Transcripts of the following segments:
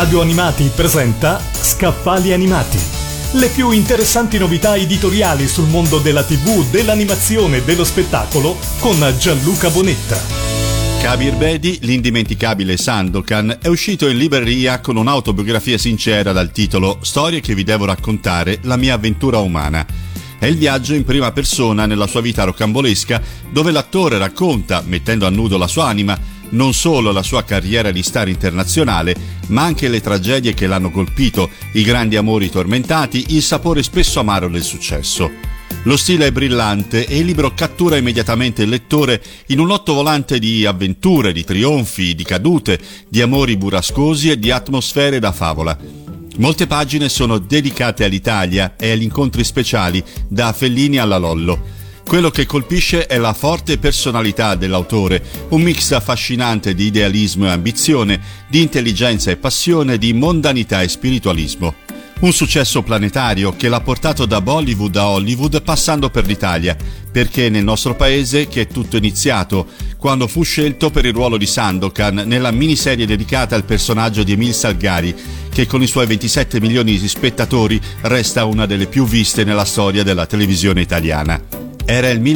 Radio Animati presenta Scaffali Animati. Le più interessanti novità editoriali sul mondo della TV, dell'animazione e dello spettacolo con Gianluca Bonetta. Kabir Bedi, l'indimenticabile Sandokan, è uscito in libreria con un'autobiografia sincera dal titolo Storie che vi devo raccontare, la mia avventura umana. È il viaggio in prima persona nella sua vita rocambolesca, dove l'attore racconta, mettendo a nudo la sua anima, non solo la sua carriera di star internazionale, ma anche le tragedie che l'hanno colpito, i grandi amori tormentati, il sapore spesso amaro del successo. Lo stile è brillante e il libro cattura immediatamente il lettore in un lotto volante di avventure, di trionfi, di cadute, di amori burrascosi e di atmosfere da favola. Molte pagine sono dedicate all'Italia e agli incontri speciali, da Fellini alla Lollo. Quello che colpisce è la forte personalità dell'autore, un mix affascinante di idealismo e ambizione, di intelligenza e passione, di mondanità e spiritualismo. Un successo planetario che l'ha portato da Bollywood a Hollywood passando per l'Italia, perché è nel nostro paese che è tutto iniziato, quando fu scelto per il ruolo di Sandokan nella miniserie dedicata al personaggio di Emil Salgari, che con i suoi 27 milioni di spettatori resta una delle più viste nella storia della televisione italiana. Era il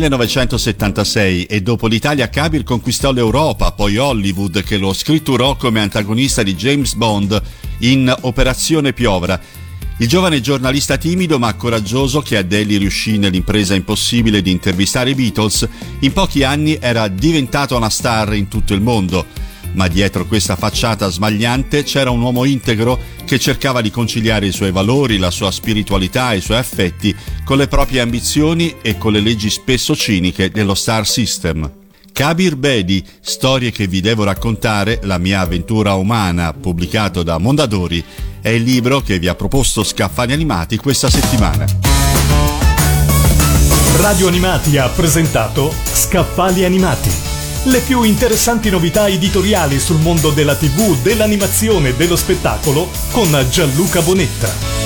1976 e dopo l'Italia Kabir conquistò l'Europa, poi Hollywood, che lo scritturò come antagonista di James Bond in Operazione Piovra. Il giovane giornalista timido ma coraggioso che a Delhi riuscì nell'impresa impossibile di intervistare i Beatles, in pochi anni era diventato una star in tutto il mondo. Ma dietro questa facciata smagliante c'era un uomo integro che cercava di conciliare i suoi valori, la sua spiritualità e i suoi affetti con le proprie ambizioni e con le leggi spesso ciniche dello star system. Kabir Bedi, Storie che vi devo raccontare, la mia avventura umana, pubblicato da Mondadori, è il libro che vi ha proposto Scaffali Animati questa settimana. Radio Animati ha presentato Scaffali Animati. Le più interessanti novità editoriali sul mondo della TV, dell'animazione e dello spettacolo con Gianluca Bonetta.